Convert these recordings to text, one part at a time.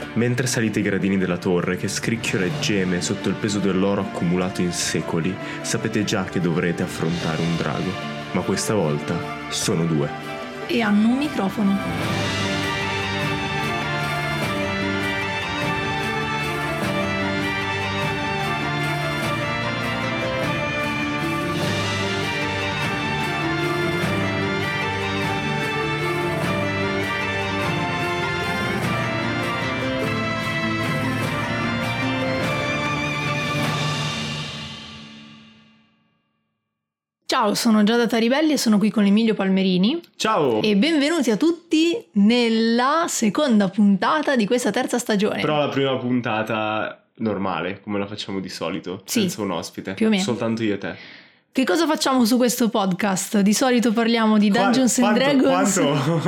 Mentre salite i gradini della torre che scricchiola e geme sotto il peso dell'oro accumulato in secoli, sapete già che dovrete affrontare un drago, ma questa volta sono 2. E hanno un microfono. Ciao, sono Giada Taribelli e sono qui con Emilio Palmerini. Ciao! E benvenuti a tutti nella seconda puntata di questa terza stagione. Però la prima puntata normale, come la facciamo di solito, sì, senza un ospite. Più o meno. Soltanto io e te. Che cosa facciamo su questo podcast? Di solito parliamo di Dungeons and Dragons.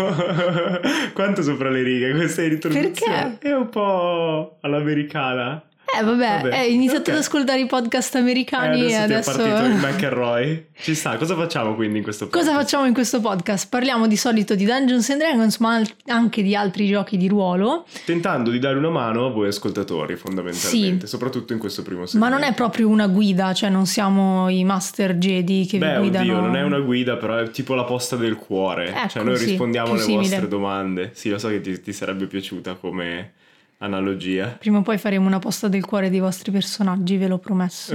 Quanto sopra le righe questa introduzione? Perché? È un po' all'americana. Vabbè, iniziato ad ascoltare i podcast americani e adesso è partito il McElroy. Ci sta, cosa facciamo quindi in questo podcast? Cosa facciamo in questo podcast? Parliamo di solito di Dungeons and Dragons, ma anche di altri giochi di ruolo, tentando di dare una mano a voi ascoltatori fondamentalmente, soprattutto in questo primo segmento. Ma non è proprio una guida, cioè non siamo i Master Jedi che vi guidano. Oddio, non è una guida, però è tipo la posta del cuore. Ecco, cioè noi rispondiamo alle simile. vostre domande. Sì, lo so che ti sarebbe piaciuta come analogia. Prima o poi faremo una posta del cuore dei vostri personaggi, ve l'ho promesso.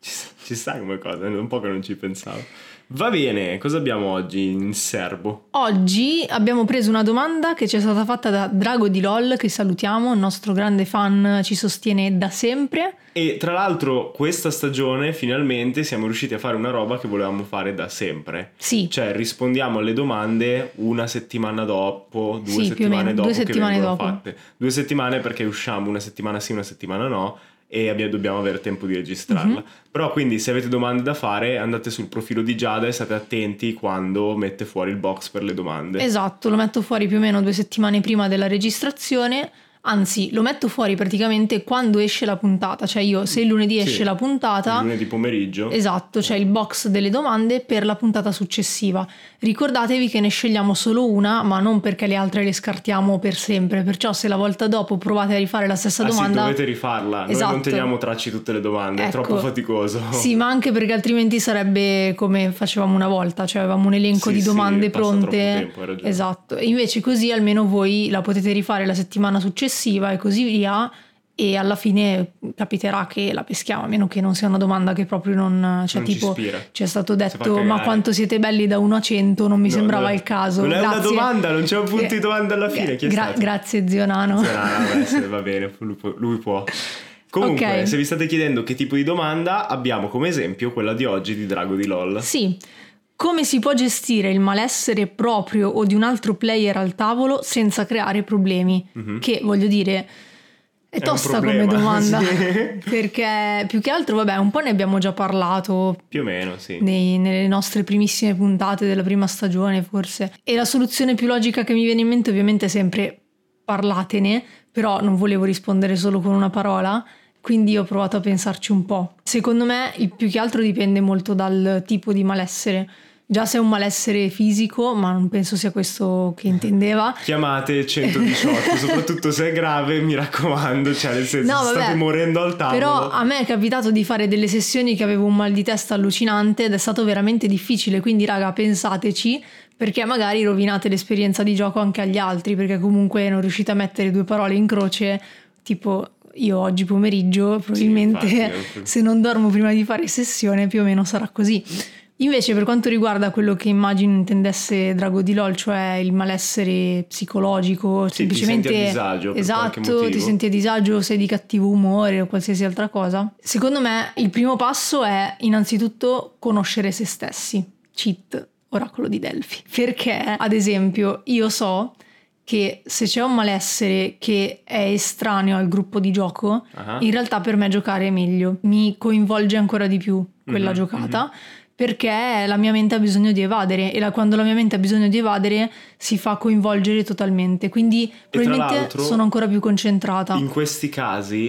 Ci sta come cosa, un po' che non ci pensavo. Va bene, cosa abbiamo oggi in serbo? Oggi abbiamo preso una domanda che ci è stata fatta da Drago di LOL, che salutiamo, il nostro grande fan, ci sostiene da sempre. E tra l'altro questa stagione finalmente siamo riusciti a fare una roba che volevamo fare da sempre. Sì. Cioè rispondiamo alle domande una settimana dopo, due sì, settimane dopo. 2 settimane che vengono dopo. fatte. 2 settimane perché usciamo una settimana sì, una settimana no. E dobbiamo avere tempo di registrarla. Però quindi se avete domande da fare andate sul profilo di Giada e state attenti quando mette fuori il box per le domande. Esatto, lo metto fuori più o meno 2 settimane prima della registrazione. Anzi, lo metto fuori praticamente quando esce la puntata. Cioè io, se il lunedì esce la puntata, il lunedì pomeriggio, esatto, c'è il box delle domande per la puntata successiva. Ricordatevi che ne scegliamo solo una, ma non perché le altre le scartiamo per sempre. Perciò se la volta dopo provate a rifare la stessa domanda, sì, dovete rifarla. Esatto. Noi non teniamo tracci tutte le domande, ecco, è troppo faticoso. Sì, ma anche perché altrimenti sarebbe come facevamo una volta, cioè avevamo un elenco di domande pronte. Troppo tempo, hai ragione. Esatto. E invece così almeno voi la potete rifare la settimana successiva e così via, e alla fine capiterà che la peschiamo, a meno che non sia una domanda che proprio non tipo ci ispira. Ci è stato detto ma quanto siete belli da 1 a 100, non mi sembrava il caso. Non grazie. È una domanda, non c'è un punto di domanda alla fine. Grazie zio Nano. Vabbè, va bene, lui può. Comunque, okay. Se vi state chiedendo che tipo di domanda, abbiamo come esempio quella di oggi di Drago di LOL. Sì. Come si può gestire il malessere proprio o di un altro player al tavolo senza creare problemi? Che, voglio dire, è tosta come domanda. Sì. Perché più che altro, vabbè, un po' ne abbiamo già parlato. Più o meno, sì. Nelle nostre primissime puntate della prima stagione, forse. E la soluzione più logica che mi viene in mente ovviamente è sempre parlatene, però non volevo rispondere solo con una parola. Quindi ho provato a pensarci un po'. Secondo me il più che altro dipende molto dal tipo di malessere. Già se è un malessere fisico, ma non penso sia questo che intendeva. Chiamate 118, soprattutto se è grave, mi raccomando, cioè nel senso state morendo al tavolo. Però a me è capitato di fare delle sessioni che avevo un mal di testa allucinante ed è stato veramente difficile, quindi raga, pensateci, perché magari rovinate l'esperienza di gioco anche agli altri, perché comunque non riuscite a mettere 2 parole in croce, tipo io oggi pomeriggio probabilmente se non dormo prima di fare sessione più o meno sarà così. Invece per quanto riguarda quello che immagino intendesse Drago di LOL, cioè il malessere psicologico, sì, semplicemente ti senti a disagio, esatto, ti senti a disagio, sei di cattivo umore o qualsiasi altra cosa, secondo me il primo passo è innanzitutto conoscere se stessi. Cheat, oracolo di Delfi. Perché ad esempio io so che se c'è un malessere che è estraneo al gruppo di gioco, in realtà per me giocare è meglio, mi coinvolge ancora di più quella giocata, perché la mia mente ha bisogno di evadere e quando la mia mente ha bisogno di evadere si fa coinvolgere totalmente, quindi probabilmente sono ancora più concentrata. In questi casi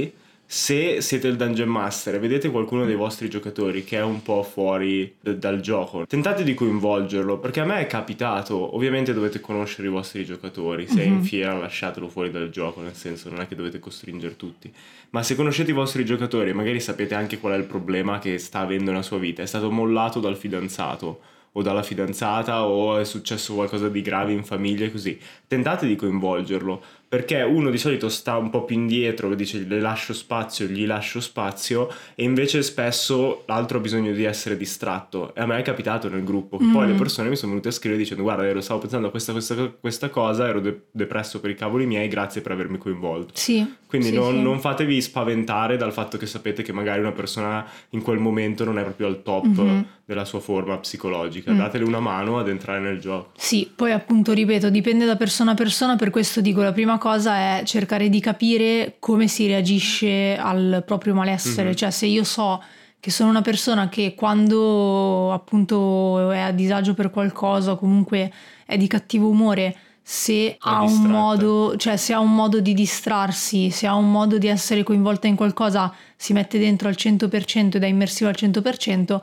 se siete il Dungeon Master e vedete qualcuno dei vostri giocatori che è un po' fuori dal gioco, tentate di coinvolgerlo, perché a me è capitato. Ovviamente dovete conoscere i vostri giocatori, se è in fiera lasciatelo fuori dal gioco, nel senso non è che dovete costringere tutti, ma se conoscete i vostri giocatori e magari sapete anche qual è il problema che sta avendo nella sua vita, è stato mollato dal fidanzato o dalla fidanzata o è successo qualcosa di grave in famiglia, così tentate di coinvolgerlo, perché uno di solito sta un po' più indietro, dice le lascio spazio, gli lascio spazio, e invece spesso l'altro ha bisogno di essere distratto. E a me è capitato nel gruppo che poi le persone mi sono venute a scrivere dicendo guarda, stavo pensando a questa cosa, ero depresso per i cavoli miei, grazie per avermi coinvolto. Sì. Quindi Sì, non fatevi spaventare dal fatto che sapete che magari una persona in quel momento non è proprio al top della sua forma psicologica. Datele una mano ad entrare nel gioco. Sì, poi appunto ripeto, dipende da persona a persona, per questo dico la prima cosa è cercare di capire come si reagisce al proprio malessere. Cioè, se io so che sono una persona che quando appunto è a disagio per qualcosa o comunque è di cattivo umore, se ha un modo, cioè se ha un modo di distrarsi, se ha un modo di essere coinvolta in qualcosa, si mette dentro al 100% ed è immersiva al 100%,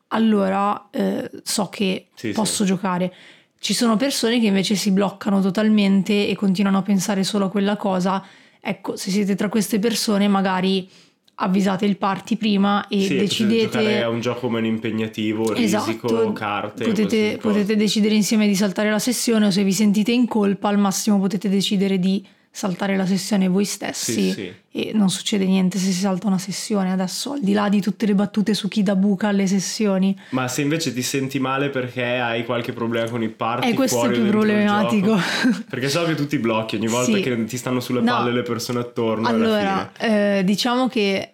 allora so che posso giocare. Ci sono persone che invece si bloccano totalmente e continuano a pensare solo a quella cosa. Ecco, se siete tra queste persone magari avvisate il party prima e decidete... giocare a un gioco meno impegnativo, risico, carte... Potete decidere insieme di saltare la sessione, o se vi sentite in colpa al massimo potete decidere di saltare la sessione voi stessi e non succede niente se si salta una sessione. Adesso, al di là di tutte le battute su chi dà buca alle sessioni, ma se invece ti senti male perché hai qualche problema con il party, questo è più problematico. Perché so che tu ti blocchi ogni volta che ti stanno sulle palle le persone attorno. Allora, diciamo che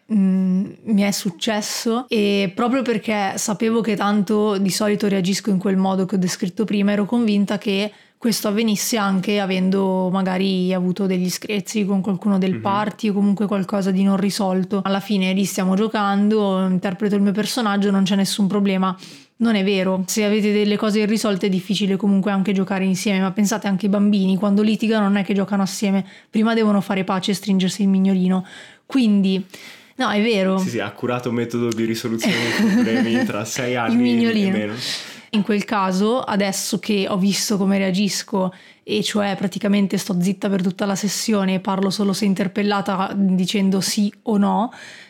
mi è successo, e proprio perché sapevo che tanto di solito reagisco in quel modo che ho descritto prima, ero convinta che questo avvenisse anche avendo magari avuto degli screzi con qualcuno del party o comunque qualcosa di non risolto. Alla fine lì stiamo giocando, interpreto il mio personaggio, non c'è nessun problema. Non è vero, se avete delle cose irrisolte è difficile comunque anche giocare insieme, ma pensate anche ai bambini, quando litigano non è che giocano assieme, prima devono fare pace e stringersi il mignolino. Quindi no, è vero. Sì, accurato metodo di risoluzione dei problemi tra 6 anni e meno. In quel caso, adesso che ho visto come reagisco, e cioè praticamente sto zitta per tutta la sessione e parlo solo se interpellata dicendo sì o no,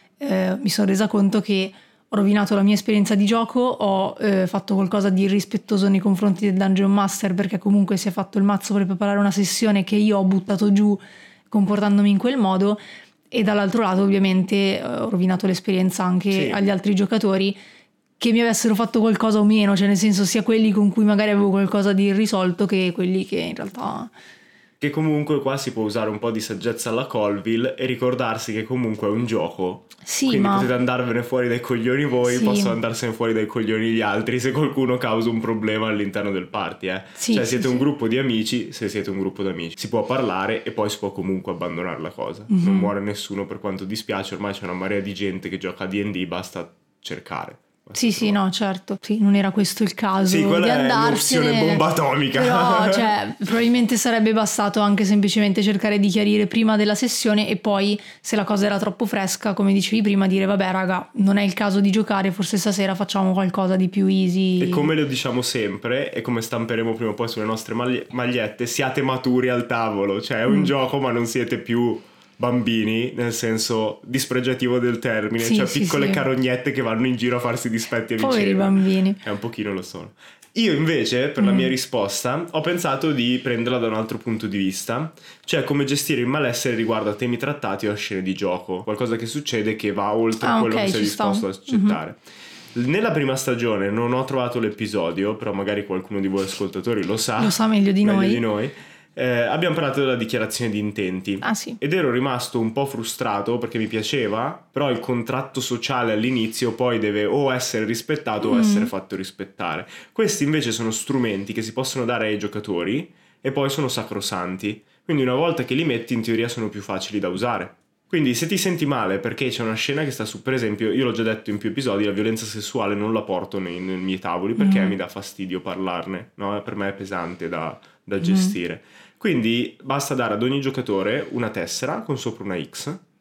mi sono resa conto che ho rovinato la mia esperienza di gioco, ho fatto qualcosa di irrispettoso nei confronti del Dungeon Master, perché comunque si è fatto il mazzo per preparare una sessione che io ho buttato giù comportandomi in quel modo, e dall'altro lato ovviamente ho rovinato l'esperienza anche agli altri giocatori, che mi avessero fatto qualcosa o meno, cioè nel senso sia quelli con cui magari avevo qualcosa di irrisolto che quelli che in realtà... Che comunque qua si può usare un po' di saggezza alla Colville e ricordarsi che comunque è un gioco. Quindi potete andarvene fuori dai coglioni voi, possono andarsene fuori dai coglioni gli altri se qualcuno causa un problema all'interno del party. Cioè siete un gruppo di amici, se siete un gruppo di amici si può parlare e poi si può comunque abbandonare la cosa. Non muore nessuno, per quanto dispiace, ormai c'è una marea di gente che gioca a D&D, basta cercare. Sì, no, certo. Sì, non era questo il caso quella di andarsene. È l'opzione bomba atomica. Però, cioè, probabilmente sarebbe bastato anche semplicemente cercare di chiarire prima della sessione, e poi, se la cosa era troppo fresca, come dicevi prima, dire vabbè raga, non è il caso di giocare, forse stasera facciamo qualcosa di più easy. E come lo diciamo sempre, e come stamperemo prima o poi sulle nostre magliette, siate maturi al tavolo. Cioè è un gioco, ma non siete più bambini, nel senso dispregiativo del termine, cioè piccole carognette che vanno in giro a farsi dispetti a vicenda. Poveri bambini. Un pochino lo sono. Io invece, per la mia risposta, ho pensato di prenderla da un altro punto di vista, cioè come gestire il malessere riguardo a temi trattati o a scene di gioco, qualcosa che succede che va oltre quello che sei disposto ad accettare. Nella prima stagione non ho trovato l'episodio, però magari qualcuno di voi ascoltatori lo sa meglio di noi. Abbiamo parlato della dichiarazione di intenti ed ero rimasto un po' frustrato perché mi piaceva, però il contratto sociale all'inizio poi deve o essere rispettato o essere fatto rispettare. Questi invece sono strumenti che si possono dare ai giocatori e poi sono sacrosanti, quindi una volta che li metti in teoria sono più facili da usare. Quindi se ti senti male perché c'è una scena che sta su, per esempio, io l'ho già detto in più episodi, la violenza sessuale non la porto nei miei tavoli perché mi dà fastidio parlarne, no? Per me è pesante da gestire. Quindi basta dare ad ogni giocatore una tessera con sopra una X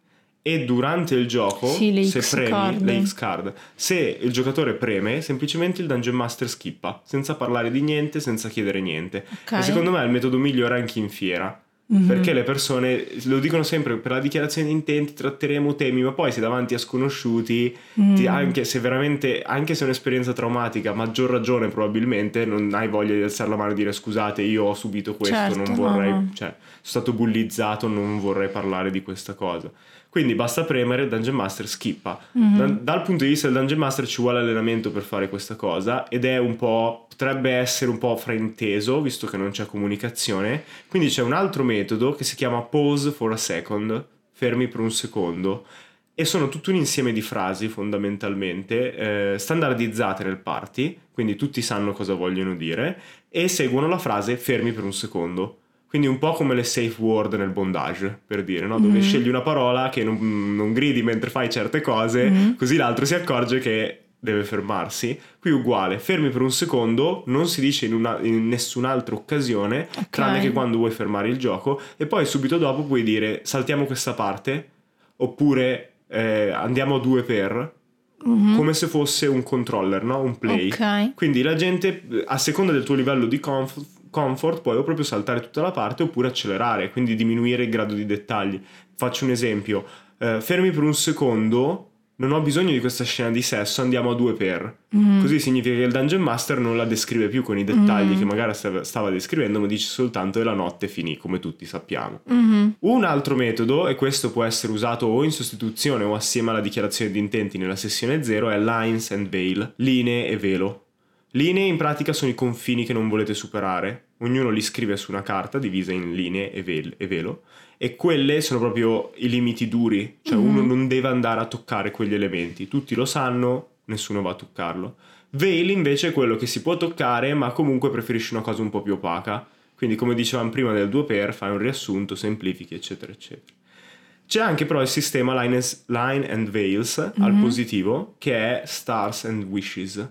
e durante il gioco Sì, se premi le X card, se il giocatore preme semplicemente il Dungeon Master skippa senza parlare di niente, senza chiedere niente. Okay. E secondo me è il metodo migliore anche in fiera, perché le persone lo dicono sempre: per la dichiarazione di intenti tratteremo temi, ma poi sei davanti a sconosciuti, anche se è un'esperienza traumatica, maggior ragione probabilmente non hai voglia di alzare la mano e dire scusate, io ho subito questo, Certo, non vorrei, no. cioè sono stato bullizzato, non vorrei parlare di questa cosa. Quindi basta premere, il Dungeon Master skippa. Dal punto di vista del Dungeon Master ci vuole allenamento per fare questa cosa, ed è potrebbe essere un po' frainteso visto che non c'è comunicazione. Quindi c'è un altro metodo che si chiama pause for a second, fermi per un secondo, e sono tutto un insieme di frasi fondamentalmente standardizzate nel party, quindi tutti sanno cosa vogliono dire e seguono la frase fermi per un secondo. Quindi un po' come le safe word nel bondage, per dire, no? Dove scegli una parola che non gridi mentre fai certe cose, così l'altro si accorge che deve fermarsi. Qui uguale, fermi per un secondo, non si dice in nessun'altra occasione, tranne che quando vuoi fermare il gioco, e poi subito dopo puoi dire saltiamo questa parte, oppure andiamo a 2 per... come se fosse un controller, no? Un play. Quindi la gente, a seconda del tuo livello di comfort, puoi proprio saltare tutta la parte oppure accelerare, quindi diminuire il grado di dettagli. Faccio un esempio: fermi per un secondo, non ho bisogno di questa scena di sesso, andiamo a 2 per. Così significa che il Dungeon Master non la descrive più con i dettagli che magari stava descrivendo, ma dice soltanto e la notte finì, come tutti sappiamo. Un altro metodo, e questo può essere usato o in sostituzione o assieme alla dichiarazione di intenti nella sessione 0, è lines and veil, linee e velo. Linee in pratica sono i confini che non volete superare, ognuno li scrive su una carta divisa in linee e velo, e quelle sono proprio i limiti duri, cioè uno non deve andare a toccare quegli elementi, tutti lo sanno, nessuno va a toccarlo. Veil invece è quello che si può toccare, ma comunque preferisci una cosa un po' più opaca, quindi come dicevamo prima del 2 per, fai un riassunto, semplifichi eccetera eccetera. C'è anche però il sistema line and veils al positivo, che è stars and wishes,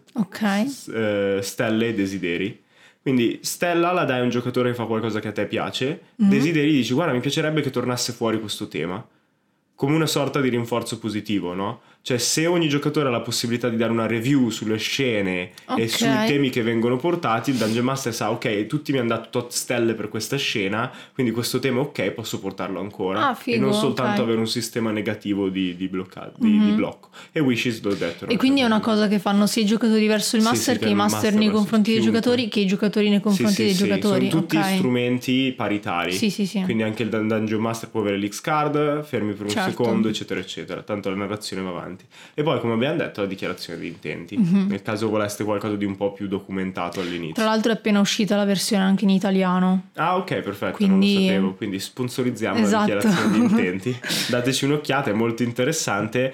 stelle e desideri. Quindi stella la dai a un giocatore che fa qualcosa che a te piace, desideri dici guarda mi piacerebbe che tornasse fuori questo tema, come una sorta di rinforzo positivo, no? Cioè se ogni giocatore ha la possibilità di dare una review sulle scene e sui temi che vengono portati, il Dungeon Master sa ok, tutti mi hanno dato tot stelle per questa scena, quindi questo tema ok, posso portarlo ancora, figo, e non soltanto avere un sistema negativo di blocco. E Wishes l'ho detto. E quindi è una cosa che fanno sia i giocatori verso il Master che i Master nei confronti dei giocatori, che i giocatori nei confronti dei giocatori. Sono tutti strumenti paritari. Sì. Quindi anche il Dungeon Master può avere l'X card, fermi per un secondo, eccetera eccetera, tanto la narrazione va avanti. E poi come abbiamo detto la dichiarazione di intenti, nel caso voleste qualcosa di un po' più documentato all'inizio. Tra l'altro è appena uscita la versione anche in italiano. Ah ok, perfetto, quindi... non lo sapevo, quindi sponsorizziamo la dichiarazione di intenti. Dateci un'occhiata, è molto interessante,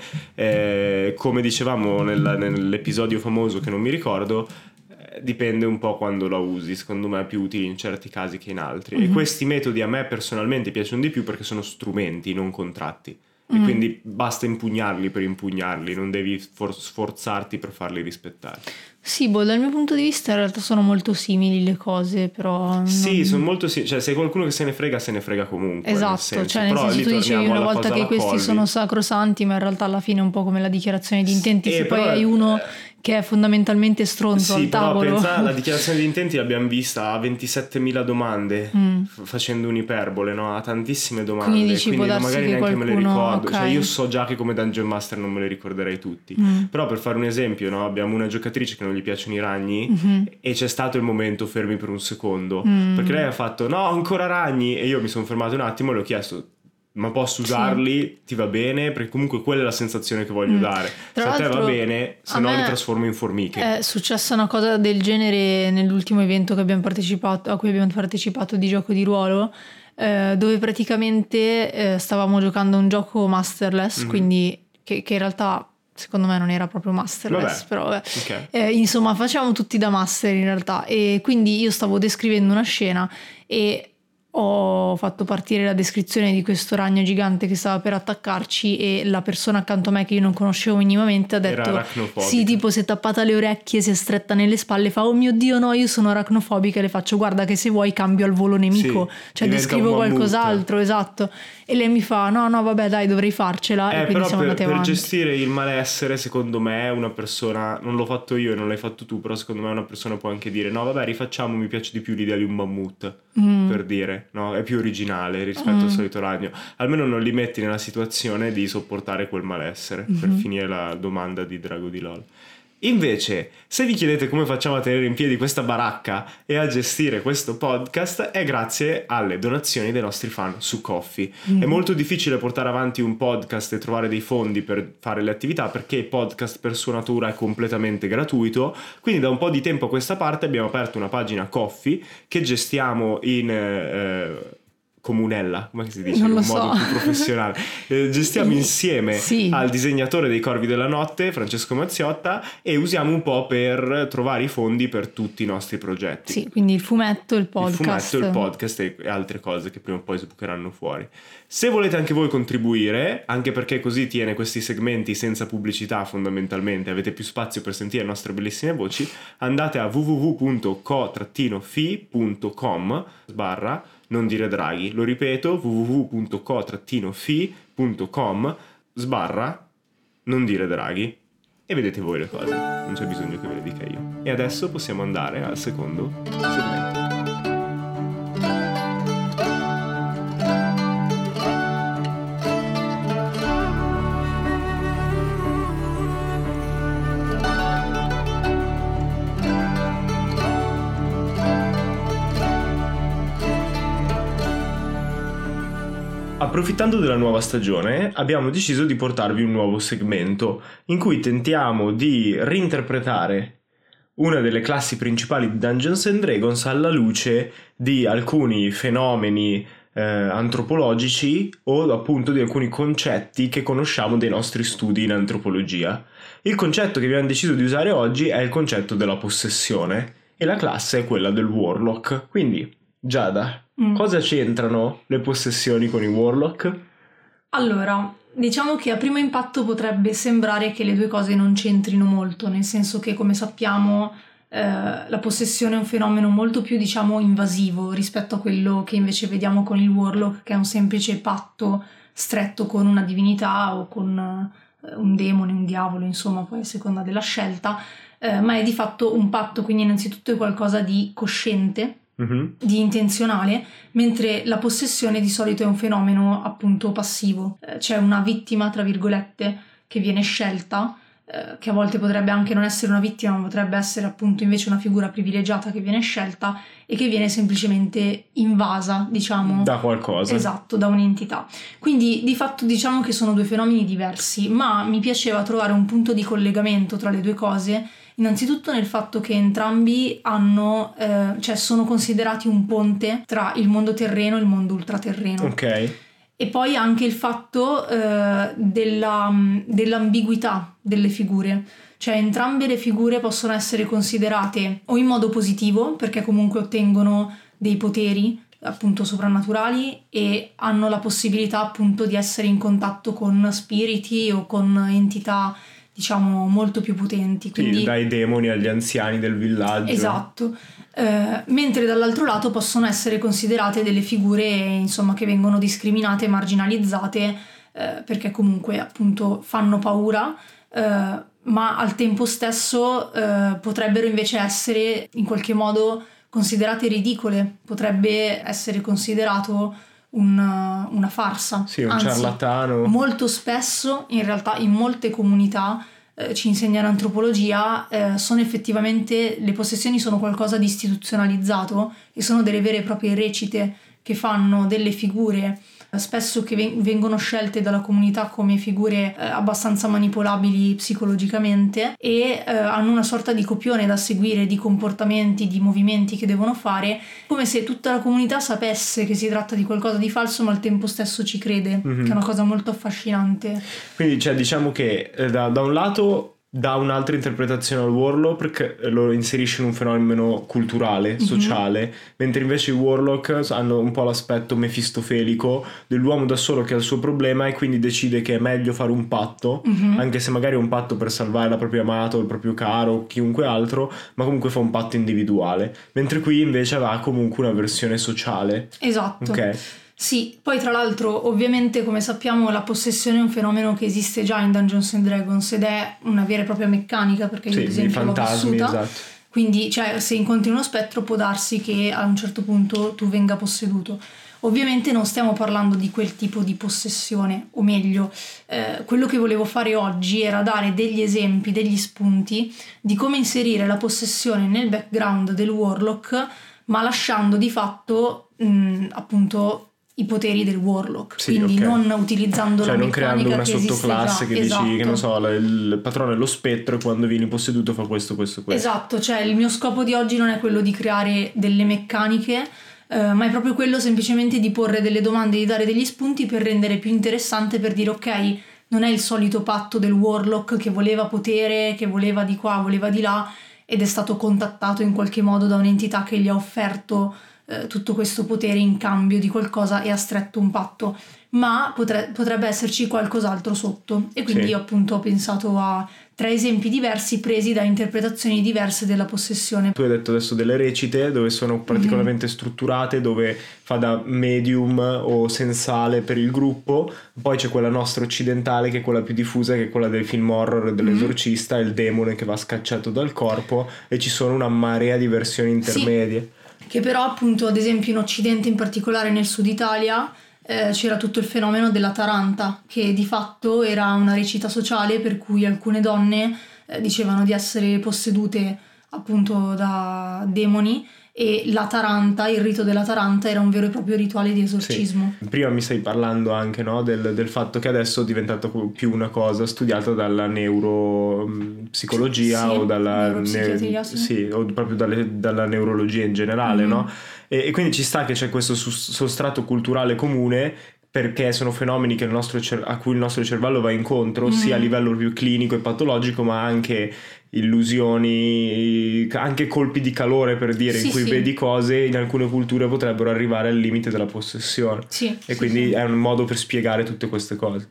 come dicevamo nell'episodio famoso che non mi ricordo, dipende un po' quando la usi, secondo me è più utile in certi casi che in altri, e questi metodi a me personalmente piacciono di più perché sono strumenti, non contratti. E quindi basta impugnarli per impugnarli, non devi sforzarti per farli rispettare. Sì, dal mio punto di vista in realtà sono molto simili le cose, però... Sì, sono molto simili, cioè se qualcuno che se ne frega comunque. Esatto, cioè nel senso tu dicevi una volta che questi sono sacrosanti, ma in realtà alla fine è un po' come la dichiarazione di intenti, se poi hai uno che è fondamentalmente stronzo al tavolo. Sì, però pensa, la dichiarazione di intenti l'abbiamo vista a 27.000 domande, facendo un'iperbole, no? A tantissime domande, quindi magari neanche me le ricordo, cioè io so già che come Dungeon Master non me le ricorderei tutti, però per fare un esempio, no? Abbiamo una giocatrice che non gli piacciono i ragni e c'è stato il momento fermi per un secondo, perché lei ha fatto no ancora ragni, e io mi sono fermato un attimo e le ho chiesto ma posso usarli? Ti va bene? Perché comunque quella è la sensazione che voglio dare. Se a te va bene, se no li trasformo in formiche. È successa una cosa del genere nell'ultimo evento che abbiamo partecipato, a cui abbiamo partecipato di gioco di ruolo, dove praticamente stavamo giocando un gioco masterless, quindi che in realtà secondo me non era proprio masterless, però okay. Insomma facevamo tutti da master in realtà, e quindi io stavo descrivendo una scena e ho fatto partire la descrizione di questo ragno gigante che stava per attaccarci e la persona accanto a me che io non conoscevo minimamente ha detto sì, tipo si è tappata le orecchie, si è stretta nelle spalle, fa oh mio Dio no, io sono aracnofobica, e le faccio guarda che se vuoi cambio al volo nemico, cioè descrivo qualcos'altro, esatto, e lei mi fa no vabbè dai dovrei farcela, e quindi siamo andati avanti. Per gestire il malessere secondo me una persona, non l'ho fatto io e non l'hai fatto tu, però secondo me una persona può anche dire no vabbè rifacciamo, mi piace di più l'idea di un mammut, per dire, no, è più originale rispetto al solito ragno, almeno non li metti nella situazione di sopportare quel malessere, per finire la domanda di Drago di LOL. Invece, se vi chiedete come facciamo a tenere in piedi questa baracca e a gestire questo podcast, è grazie alle donazioni dei nostri fan su Ko-fi. È molto difficile portare avanti un podcast e trovare dei fondi per fare le attività, perché il podcast per sua natura è completamente gratuito, quindi da un po' di tempo a questa parte abbiamo aperto una pagina Ko-fi che gestiamo in comunella, come si dice in un modo più professionale, gestiamo insieme al disegnatore dei Corvi della Notte, Francesco Mazziotta, e usiamo un po' per trovare i fondi per tutti i nostri progetti. Sì, quindi il fumetto, il podcast e altre cose che prima o poi sbucheranno fuori. Se volete anche voi contribuire, anche perché così tiene questi segmenti senza pubblicità fondamentalmente, avete più spazio per sentire le nostre bellissime voci, andate a www.co-fi.com/ non dire Draghi, lo ripeto, www.co-fi.com/ non dire Draghi, e vedete voi le cose, non c'è bisogno che ve le dica io. E adesso possiamo andare al secondo segmento. Approfittando della nuova stagione, abbiamo deciso di portarvi un nuovo segmento in cui tentiamo di reinterpretare una delle classi principali di Dungeons and Dragons alla luce di alcuni fenomeni antropologici o appunto di alcuni concetti che conosciamo dei nostri studi in antropologia. Il concetto che abbiamo deciso di usare oggi è il concetto della possessione e la classe è quella del Warlock. Quindi, Giada, cosa c'entrano le possessioni con i Warlock? Allora, diciamo che a primo impatto potrebbe sembrare che le due cose non c'entrino molto, nel senso che, come sappiamo, la possessione è un fenomeno molto più, diciamo, invasivo rispetto a quello che invece vediamo con il Warlock, che è un semplice patto stretto con una divinità o con un demone, un diavolo, insomma, poi a seconda della scelta, ma è di fatto un patto, quindi innanzitutto è qualcosa di cosciente, di intenzionale, mentre la possessione di solito è un fenomeno appunto passivo. C'è una vittima, tra virgolette, che viene scelta, che a volte potrebbe anche non essere una vittima, ma potrebbe essere appunto invece una figura privilegiata che viene scelta e che viene semplicemente invasa, diciamo, da qualcosa. Esatto, da un'entità. Quindi di fatto diciamo che sono due fenomeni diversi, ma mi piaceva trovare un punto di collegamento tra le due cose. Innanzitutto nel fatto che entrambi hanno, cioè sono considerati un ponte tra il mondo terreno e il mondo ultraterreno. Ok. E poi anche il fatto dell'ambiguità delle figure. Cioè entrambe le figure possono essere considerate o in modo positivo, perché comunque ottengono dei poteri appunto soprannaturali e hanno la possibilità appunto di essere in contatto con spiriti o con entità, diciamo, molto più potenti. Quindi, sì, dai demoni agli anziani del villaggio. Esatto. Mentre dall'altro lato possono essere considerate delle figure, insomma, che vengono discriminate, marginalizzate, perché comunque appunto fanno paura, ma al tempo stesso potrebbero invece essere in qualche modo considerate ridicole, potrebbe essere considerato una farsa. Sì, un ciarlatano. Molto spesso, in realtà, in molte comunità ci insegna l'antropologia, sono effettivamente, le possessioni sono qualcosa di istituzionalizzato e sono delle vere e proprie recite che fanno delle figure spesso che vengono scelte dalla comunità come figure abbastanza manipolabili psicologicamente e hanno una sorta di copione da seguire di comportamenti, di movimenti che devono fare, come se tutta la comunità sapesse che si tratta di qualcosa di falso ma al tempo stesso ci crede, che è una cosa molto affascinante. Quindi, cioè, diciamo che da un lato dà un'altra interpretazione al warlock perché lo inserisce in un fenomeno culturale, sociale, mentre invece i warlock hanno un po' l'aspetto mefistofelico dell'uomo da solo che ha il suo problema e quindi decide che è meglio fare un patto, anche se magari è un patto per salvare la propria amata o il proprio caro o chiunque altro, ma comunque fa un patto individuale, mentre qui invece ha comunque una versione sociale. Esatto. Ok. Sì, poi tra l'altro ovviamente come sappiamo la possessione è un fenomeno che esiste già in Dungeons and Dragons ed è una vera e propria meccanica, perché io ad esempio l'ho vissuta. Esatto. Quindi cioè, se incontri uno spettro può darsi che a un certo punto tu venga posseduto. Ovviamente non stiamo parlando di quel tipo di possessione, o meglio, quello che volevo fare oggi era dare degli esempi, degli spunti di come inserire la possessione nel background del warlock, ma lasciando di fatto appunto i poteri del warlock, sì, quindi non utilizzando la meccanica, non creando una che sottoclasse che esatto. Dici che non so, il patrono è lo spettro e quando vieni posseduto fa questo. Esatto, cioè il mio scopo di oggi non è quello di creare delle meccaniche, ma è proprio quello semplicemente di porre delle domande, di dare degli spunti per rendere più interessante, per dire ok, non è il solito patto del warlock che voleva potere, che voleva di qua, voleva di là ed è stato contattato in qualche modo da un'entità che gli ha offerto tutto questo potere in cambio di qualcosa e ha stretto un patto, ma potrebbe esserci qualcos'altro sotto, e quindi io appunto ho pensato a 3 esempi diversi presi da interpretazioni diverse della possessione. Tu hai detto adesso delle recite dove sono particolarmente strutturate, dove fa da medium o sensale per il gruppo, poi c'è quella nostra occidentale che è quella più diffusa, che è quella del film horror dell'esorcista, il demone che va scacciato dal corpo, e ci sono una marea di versioni intermedie. Che però appunto ad esempio in Occidente, in particolare nel sud Italia, c'era tutto il fenomeno della taranta, che di fatto era una recita sociale per cui alcune donne dicevano di essere possedute appunto da demoni, e la taranta, il rito della taranta era un vero e proprio rituale di esorcismo. Sì. Prima mi stai parlando anche, no, del fatto che adesso è diventato più una cosa studiata dalla neuropsicologia o dalla o proprio dalla neurologia in generale, no? E quindi ci sta che c'è questo sostrato culturale comune, perché sono fenomeni che a cui il nostro cervello va incontro, sia a livello più clinico e patologico, ma anche illusioni, anche colpi di calore, per dire, in cui vedi cose, in alcune culture potrebbero arrivare al limite della possessione. Quindi è un modo per spiegare tutte queste cose.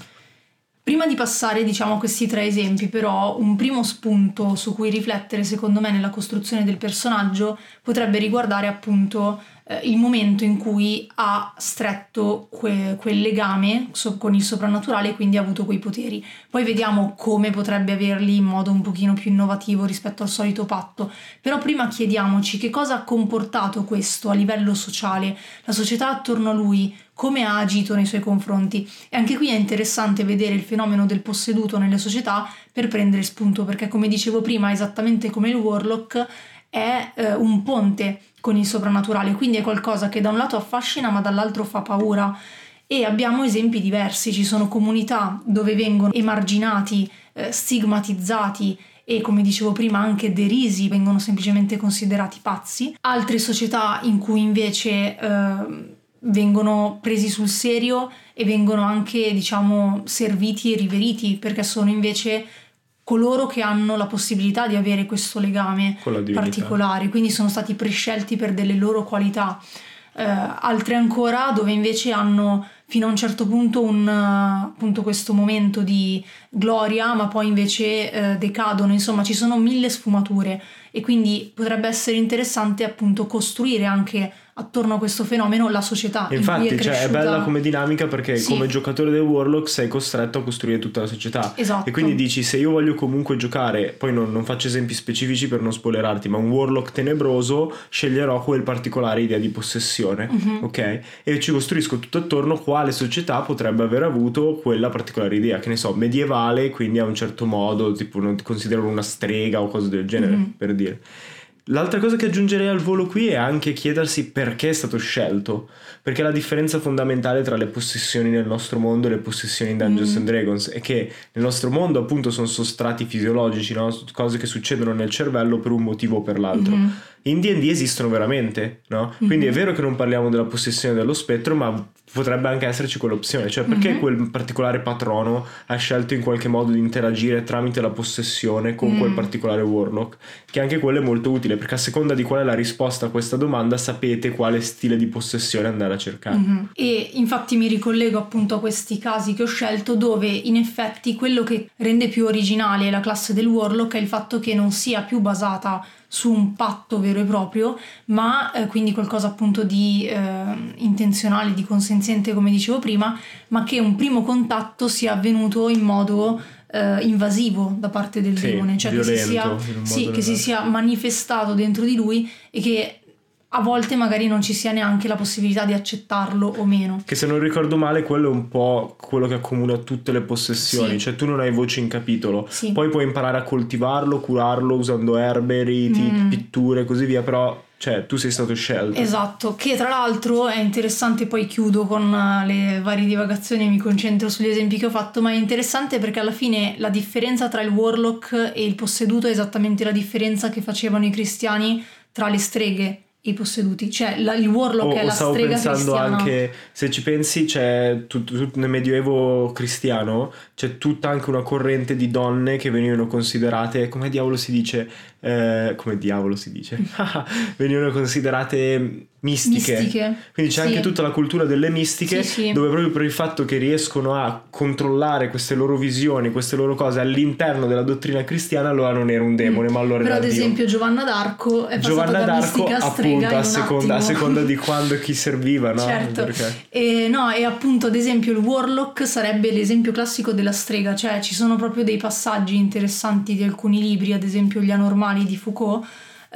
Prima di passare, diciamo, a questi 3 esempi, però, un primo spunto su cui riflettere, secondo me, nella costruzione del personaggio potrebbe riguardare appunto il momento in cui ha stretto quel legame con il soprannaturale e quindi ha avuto quei poteri. Poi vediamo come potrebbe averli in modo un pochino più innovativo rispetto al solito patto. Però prima chiediamoci che cosa ha comportato questo a livello sociale, la società attorno a lui, come ha agito nei suoi confronti. E anche qui è interessante vedere il fenomeno del posseduto nelle società per prendere spunto, perché come dicevo prima, esattamente come il warlock è un ponte con il soprannaturale, quindi è qualcosa che da un lato affascina ma dall'altro fa paura. E abbiamo esempi diversi, ci sono comunità dove vengono emarginati, stigmatizzati e, come dicevo prima, anche derisi, vengono semplicemente considerati pazzi, altre società in cui invece vengono presi sul serio e vengono anche, diciamo, serviti e riveriti, perché sono invece coloro che hanno la possibilità di avere questo legame particolare, quindi sono stati prescelti per delle loro qualità. Altre ancora dove invece hanno fino a un certo punto appunto questo momento di gloria, ma poi invece decadono. Insomma, ci sono 1000 sfumature, e quindi potrebbe essere interessante appunto costruire anche attorno a questo fenomeno la società. Infatti, è bella come dinamica, perché come giocatore del Warlock sei costretto a costruire tutta la società. Esatto. E quindi dici, se io voglio comunque giocare, poi non faccio esempi specifici per non spoilerarti, ma un Warlock tenebroso, sceglierò quel particolare idea di possessione, ok? E ci costruisco tutto attorno quale società potrebbe aver avuto quella particolare idea, che ne so, medievale, quindi a un certo modo, tipo non considerano una strega o cose del genere, per dire. L'altra cosa che aggiungerei al volo qui è anche chiedersi perché è stato scelto, perché la differenza fondamentale tra le possessioni nel nostro mondo e le possessioni in Dungeons and Dragons è che nel nostro mondo appunto sono sostrati fisiologici, no? Cose che succedono nel cervello per un motivo o per l'altro. in D&D esistono veramente, no? Quindi è vero che non parliamo della possessione dello spettro, ma potrebbe anche esserci quell'opzione, cioè perché quel particolare patrono ha scelto in qualche modo di interagire tramite la possessione con quel particolare warlock, che anche quello è molto utile, perché a seconda di qual è la risposta a questa domanda sapete quale stile di possessione andare a cercare. E infatti mi ricollego appunto a questi casi che ho scelto, dove in effetti quello che rende più originale la classe del warlock è il fatto che non sia più basata su un patto vero e proprio, ma quindi qualcosa appunto di intenzionale, di consenziente, come dicevo prima, ma che un primo contatto sia avvenuto in modo invasivo da parte del demone, cioè violento, che si sia manifestato dentro di lui e che a volte magari non ci sia neanche la possibilità di accettarlo o meno. Che se non ricordo male quello è un po' quello che accomuna tutte le possessioni, cioè tu non hai voce in capitolo, poi puoi imparare a coltivarlo, curarlo usando erbe, riti, pitture e così via, però cioè tu sei stato scelto. Esatto, che tra l'altro è interessante, poi chiudo con le varie divagazioni e mi concentro sugli esempi che ho fatto, ma è interessante perché alla fine la differenza tra il warlock e il posseduto è esattamente la differenza che facevano i cristiani tra le streghe, i posseduti, cioè il warlock è la strega cristiana. Stavo pensando anche, se ci pensi, c'è nel medioevo cristiano c'è tutta anche una corrente di donne che venivano considerate, come diavolo si dice venivano considerate mistiche. Quindi c'è anche tutta la cultura delle mistiche, dove proprio per il fatto che riescono a controllare queste loro visioni, queste loro cose all'interno della dottrina cristiana, allora non era un demone, ma allora però era ad Dio. esempio Giovanna d'Arco è passata da mistica a strega appunto, a seconda di quando chi serviva, no? Certo. E appunto ad esempio il warlock sarebbe l'esempio classico della strega, cioè ci sono proprio dei passaggi interessanti di alcuni libri, ad esempio Gli Anormali di Foucault,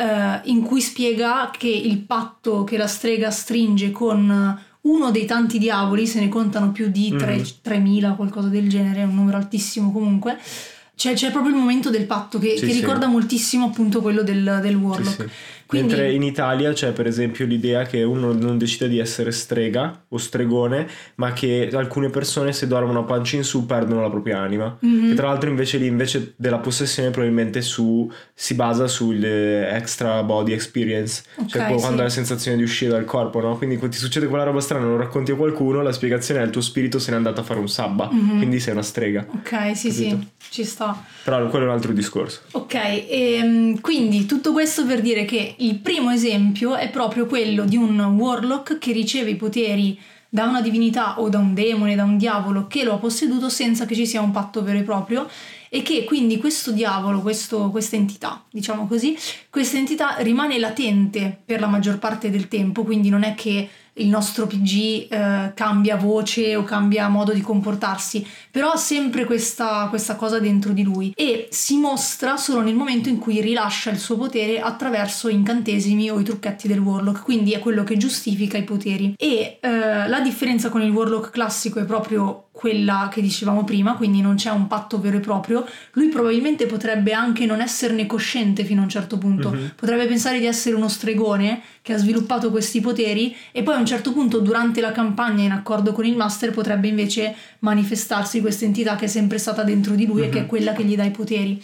in cui spiega che il patto che la strega stringe con uno dei tanti diavoli, se ne contano più di 3.000, qualcosa del genere, è un numero altissimo comunque, c'è proprio il momento del patto che ricorda moltissimo appunto quello del warlock. Quindi... Mentre in Italia c'è per esempio l'idea che uno non decide di essere strega o stregone, ma che alcune persone se dormono a pancia in su perdono la propria anima. Che tra l'altro invece della possessione probabilmente si basa sulle extra body experience, cioè quando hai la sensazione di uscire dal corpo, no? Quindi quando ti succede quella roba strana, lo racconti a qualcuno, la spiegazione è il tuo spirito se n'è andato a fare un sabba, quindi sei una strega. Ok, sì, ci sta. Però quello è un altro discorso. Ok, e quindi tutto questo per dire che il primo esempio è proprio quello di un warlock che riceve i poteri da una divinità o da un demone, da un diavolo che lo ha posseduto senza che ci sia un patto vero e proprio, e che quindi questo diavolo, questa entità, diciamo così, questa entità rimane latente per la maggior parte del tempo, quindi non è che il nostro PG cambia voce o cambia modo di comportarsi, però ha sempre questa cosa dentro di lui e si mostra solo nel momento in cui rilascia il suo potere attraverso incantesimi o i trucchetti del warlock, quindi è quello che giustifica i poteri. E la differenza con il warlock classico è proprio quella che dicevamo prima, quindi non c'è un patto vero e proprio. Lui probabilmente potrebbe anche non esserne cosciente fino a un certo punto, potrebbe pensare di essere uno stregone che ha sviluppato questi poteri e poi a un certo punto durante la campagna, in accordo con il master, potrebbe invece manifestarsi questa entità che è sempre stata dentro di lui e che è quella che gli dà i poteri.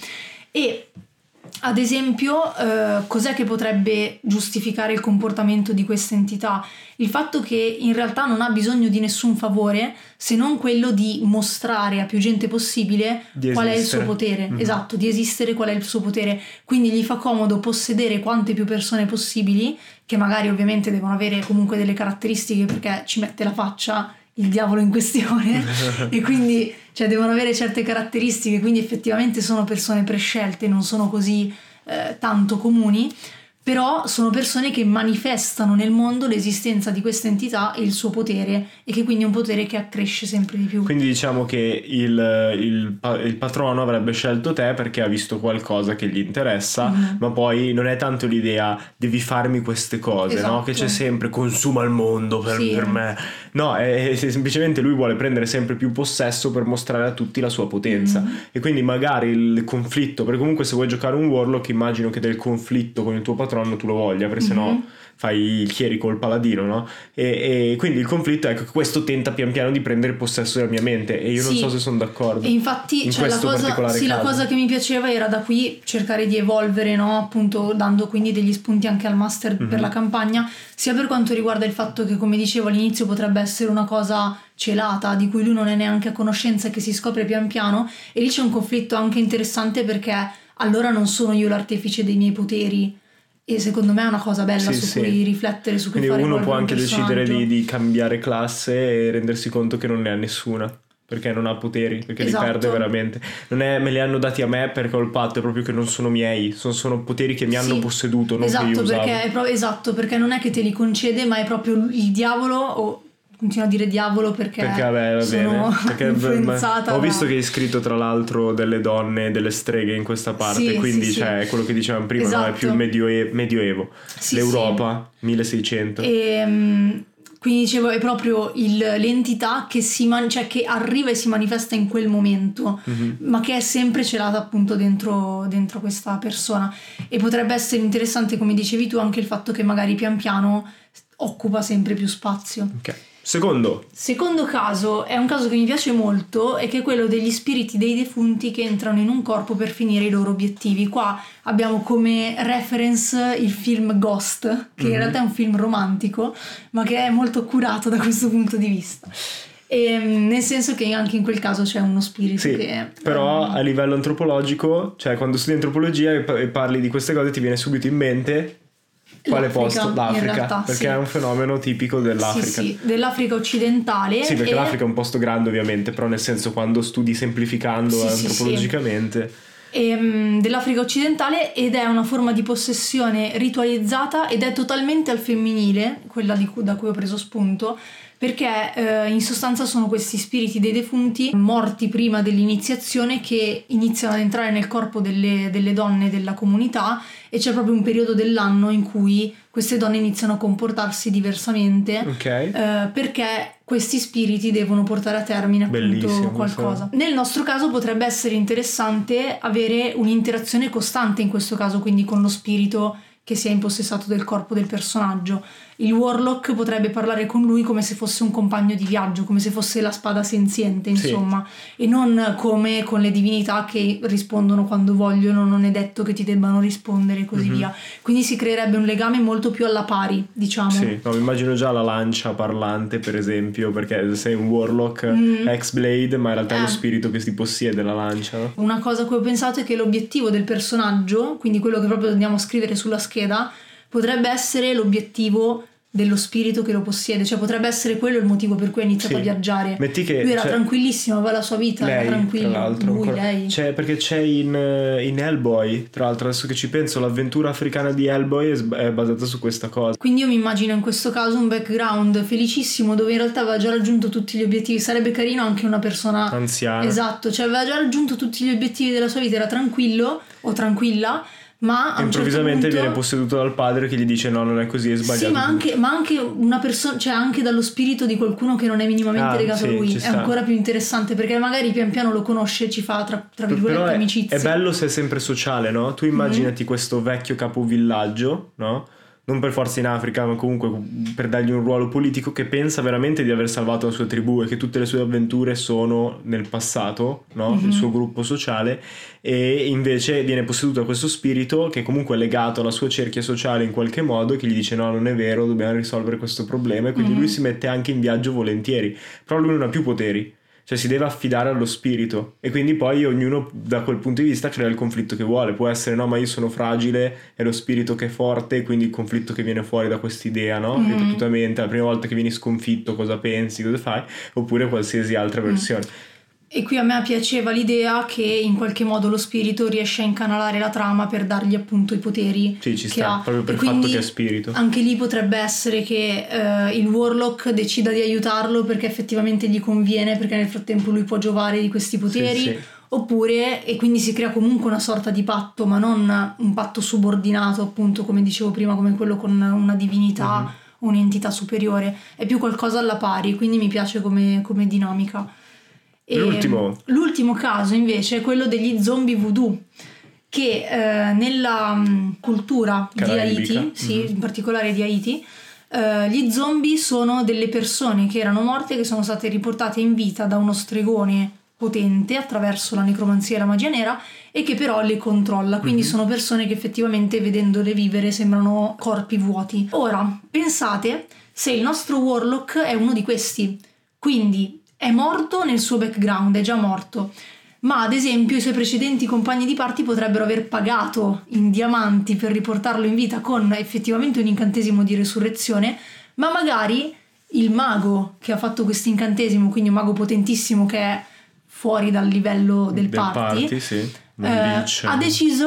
E ad esempio cos'è che potrebbe giustificare il comportamento di questa entità? Il fatto che in realtà non ha bisogno di nessun favore se non quello di mostrare a più gente possibile qual è il suo potere. Esatto, di esistere, qual è il suo potere. Quindi gli fa comodo possedere quante più persone possibili, che magari ovviamente devono avere comunque delle caratteristiche perché ci mette la faccia il diavolo in questione e quindi devono avere certe caratteristiche, quindi effettivamente sono persone prescelte, non sono così tanto comuni, però sono persone che manifestano nel mondo l'esistenza di questa entità e il suo potere, e che quindi è un potere che accresce sempre di più. Quindi diciamo che il patrono avrebbe scelto te perché ha visto qualcosa che gli interessa, ma poi non è tanto l'idea devi farmi queste cose, no? Che c'è sempre consuma il mondo per me. No, è semplicemente lui vuole prendere sempre più possesso per mostrare a tutti la sua potenza. E quindi magari il conflitto, perché comunque se vuoi giocare un warlock immagino che del conflitto con il tuo patrono tu lo voglia, perché sennò fai il chierico, il paladino, no? E quindi il conflitto è che questo tenta pian piano di prendere possesso della mia mente, e io non so se sono d'accordo. E infatti la cosa che mi piaceva era da qui cercare di evolvere, no? Appunto dando quindi degli spunti anche al master per la campagna, sia per quanto riguarda il fatto che, come dicevo all'inizio, potrebbe essere una cosa celata di cui lui non è neanche a conoscenza e che si scopre pian piano, e lì c'è un conflitto anche interessante, perché allora non sono io l'artefice dei miei poteri, e secondo me è una cosa bella cui riflettere, su cui quindi fare. Quindi uno può anche decidere di cambiare classe e rendersi conto che non ne ha nessuna, perché non ha poteri, perché li perde veramente. Non è me li hanno dati a me perché ho il patto, è proprio che non sono miei, sono poteri che mi hanno posseduto, non che io usavo. Perché non è che te li concede, ma è proprio il diavolo, o continuo a dire diavolo perché vabbè, sono influenzata. Ho visto che hai scritto tra l'altro delle donne, delle streghe in questa parte, quindi c'è quello che dicevamo prima, no? È più il medioevo, l'Europa 1600. Quindi dicevo, è proprio l'entità che che arriva e si manifesta in quel momento, ma che è sempre celata appunto dentro questa persona. E potrebbe essere interessante, come dicevi tu, anche il fatto che magari pian piano occupa sempre più spazio. Ok. Secondo caso è un caso che mi piace molto, e che è quello degli spiriti dei defunti che entrano in un corpo per finire i loro obiettivi. Qua abbiamo come reference il film Ghost, che in realtà è un film romantico, ma che è molto curato da questo punto di vista. E, nel senso che anche in quel caso c'è uno spirito che però a livello antropologico, cioè quando studi antropologia e parli di queste cose ti viene subito in mente quale posto? L'Africa, realtà, perché è un fenomeno tipico dell'Africa. Sì, dell'Africa occidentale. Sì, perché l'Africa è un posto grande ovviamente, però nel senso quando studi semplificando antropologicamente. Dell'Africa occidentale, ed è una forma di possessione ritualizzata ed è totalmente al femminile, quella da cui ho preso spunto, perché in sostanza sono questi spiriti dei defunti morti prima dell'iniziazione che iniziano ad entrare nel corpo delle donne della comunità, e c'è proprio un periodo dell'anno in cui queste donne iniziano a comportarsi diversamente, perché questi spiriti devono portare a termine appunto qualcosa. Nel nostro caso potrebbe essere interessante avere un'interazione costante in questo caso, quindi con lo spirito che si è impossessato del corpo del personaggio. Il Warlock potrebbe parlare con lui come se fosse un compagno di viaggio, come se fosse la spada senziente, insomma, e non come con le divinità che rispondono quando vogliono, non è detto che ti debbano rispondere e così via. Quindi si creerebbe un legame molto più alla pari, diciamo. Sì, no, mi immagino già la lancia parlante, per esempio, perché sei un Warlock X-Blade, ma in realtà è lo spirito che si possiede la lancia, no? Una cosa a cui ho pensato è che l'obiettivo del personaggio, quindi quello che proprio andiamo a scrivere sulla scheda, potrebbe essere l'obiettivo dello spirito che lo possiede, cioè potrebbe essere quello il motivo per cui ha iniziato a viaggiare. Metti che lui era tranquillissimo, aveva la sua vita, lei, era tranquillo. Tra l'altro, lei. Perché c'è in Hellboy, tra l'altro, adesso che ci penso, l'avventura africana di Hellboy è basata su questa cosa. Quindi io mi immagino in questo caso un background felicissimo dove in realtà aveva già raggiunto tutti gli obiettivi. Sarebbe carino anche una persona anziana. Esatto, cioè aveva già raggiunto tutti gli obiettivi della sua vita, era tranquillo o tranquilla, ma improvvisamente viene posseduto dal padre che gli dice no, non è così, è sbagliato. Sì, ma anche una persona, cioè anche dallo spirito di qualcuno che non è minimamente legato a lui, è ancora più interessante, perché magari pian piano lo conosce e ci fa tra virgolette amicizia. È bello se è sempre sociale, no? Tu immaginati questo vecchio capovillaggio, no? Non per forza in Africa, ma comunque per dargli un ruolo politico, che pensa veramente di aver salvato la sua tribù e che tutte le sue avventure sono nel passato, no? Il suo gruppo sociale, e invece viene posseduto da questo spirito che comunque è legato alla sua cerchia sociale in qualche modo, che gli dice no, non è vero, dobbiamo risolvere questo problema, e quindi lui si mette anche in viaggio volentieri, però lui non ha più poteri. Cioè si deve affidare allo spirito, e quindi poi ognuno da quel punto di vista crea il conflitto che vuole. Può essere no, ma io sono fragile, è lo spirito che è forte, quindi il conflitto che viene fuori da quest'idea, no? Ripetutamente, la prima volta che vieni sconfitto cosa pensi, cosa fai, oppure qualsiasi altra versione. E qui a me piaceva l'idea che in qualche modo lo spirito riesce a incanalare la trama per dargli appunto i poteri. Sì, ci sta, proprio per il fatto che è spirito. Anche lì potrebbe essere che il Warlock decida di aiutarlo perché effettivamente gli conviene, perché nel frattempo lui può giovare di questi poteri. Sì. Oppure, e quindi si crea comunque una sorta di patto, ma non un patto subordinato, appunto, come dicevo prima, come quello con una divinità, un'entità superiore. È più qualcosa alla pari, quindi mi piace come dinamica. E l'ultimo caso invece è quello degli zombie voodoo, che nella cultura caraibica. di Haiti, in particolare di Haiti, gli zombie sono delle persone che erano morte, che sono state riportate in vita da uno stregone potente attraverso la necromanzia e la magia nera, e che però le controlla, quindi sono persone che effettivamente vedendole vivere sembrano corpi vuoti. Ora pensate se il nostro Warlock è uno di questi, quindi è morto nel suo background, è già morto, ma ad esempio i suoi precedenti compagni di party potrebbero aver pagato in diamanti per riportarlo in vita con effettivamente un incantesimo di resurrezione, ma magari il mago che ha fatto questo incantesimo, quindi un mago potentissimo che è fuori dal livello del party, sì. ha